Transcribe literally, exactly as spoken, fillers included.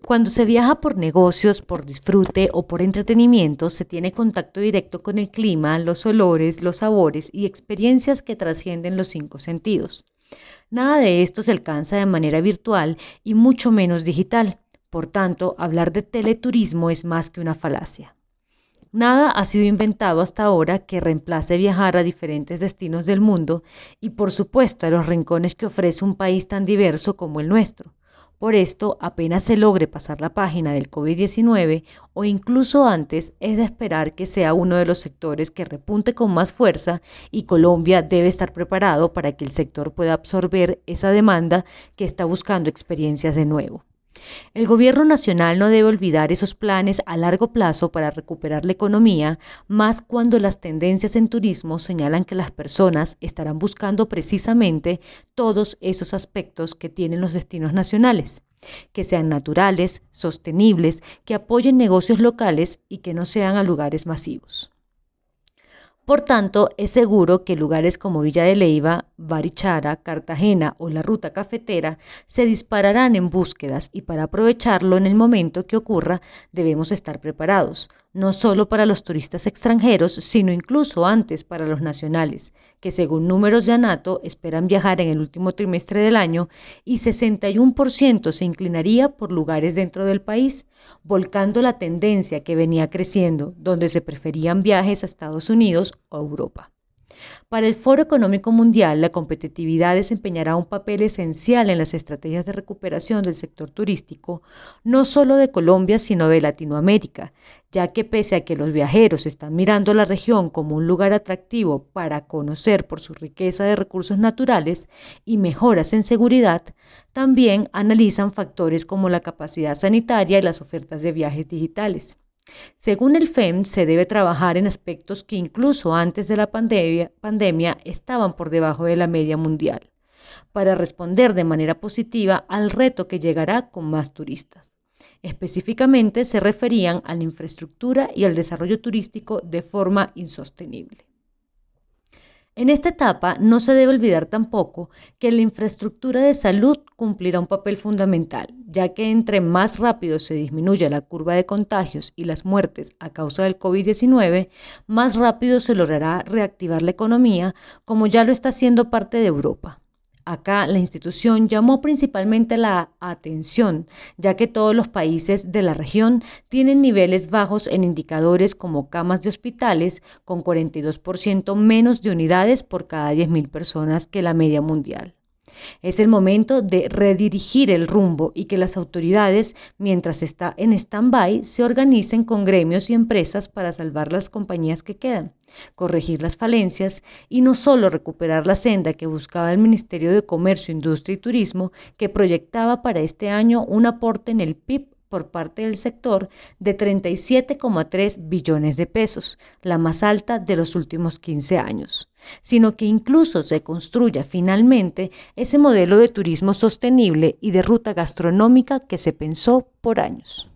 Cuando se viaja por negocios, por disfrute o por entretenimiento, se tiene contacto directo con el clima, los olores, los sabores y experiencias que trascienden los cinco sentidos. Nada de esto se alcanza de manera virtual y mucho menos digital. Por tanto, hablar de teleturismo es más que una falacia. Nada ha sido inventado hasta ahora que reemplace viajar a diferentes destinos del mundo y, por supuesto, a los rincones que ofrece un país tan diverso como el nuestro. Por esto, apenas se logre pasar la página del COVID diecinueve o incluso antes, es de esperar que sea uno de los sectores que repunte con más fuerza y Colombia debe estar preparado para que el sector pueda absorber esa demanda que está buscando experiencias de nuevo. El gobierno nacional no debe olvidar esos planes a largo plazo para recuperar la economía, más cuando las tendencias en turismo señalan que las personas estarán buscando precisamente todos esos aspectos que tienen los destinos nacionales, que sean naturales, sostenibles, que apoyen negocios locales y que no sean a lugares masivos. Por tanto, es seguro que lugares como Villa de Leyva, Barichara, Cartagena o la Ruta Cafetera se dispararán en búsquedas y para aprovecharlo en el momento que ocurra debemos estar preparados, no solo para los turistas extranjeros, sino incluso antes para los nacionales, que según números de ANATO esperan viajar en el último trimestre del año y sesenta y uno por ciento se inclinaría por lugares dentro del país, volcando la tendencia que venía creciendo, donde se preferían viajes a Estados Unidos o Europa. Para el Foro Económico Mundial, la competitividad desempeñará un papel esencial en las estrategias de recuperación del sector turístico, no solo de Colombia, sino de Latinoamérica, ya que pese a que los viajeros están mirando la región como un lugar atractivo para conocer por su riqueza de recursos naturales y mejoras en seguridad, también analizan factores como la capacidad sanitaria y las ofertas de viajes digitales. Según el F E M, se debe trabajar en aspectos que incluso antes de la pandemia, pandemia estaban por debajo de la media mundial, para responder de manera positiva al reto que llegará con más turistas. Específicamente se referían a la infraestructura y al desarrollo turístico de forma insostenible. En esta etapa no se debe olvidar tampoco que la infraestructura de salud cumplirá un papel fundamental, ya que entre más rápido se disminuya la curva de contagios y las muertes a causa del COVID diecinueve, más rápido se logrará reactivar la economía, como ya lo está haciendo parte de Europa. Acá la institución llamó principalmente la atención, ya que todos los países de la región tienen niveles bajos en indicadores como camas de hospitales, con cuarenta y dos por ciento menos de unidades por cada diez mil personas que la media mundial. Es el momento de redirigir el rumbo y que las autoridades, mientras está en stand-by, se organicen con gremios y empresas para salvar las compañías que quedan, corregir las falencias y no solo recuperar la senda que buscaba el Ministerio de Comercio, Industria y Turismo, que proyectaba para este año un aporte en el P I B por parte del sector de treinta y siete coma tres billones de pesos, la más alta de los últimos quince años, sino que incluso se construya finalmente ese modelo de turismo sostenible y de ruta gastronómica que se pensó por años.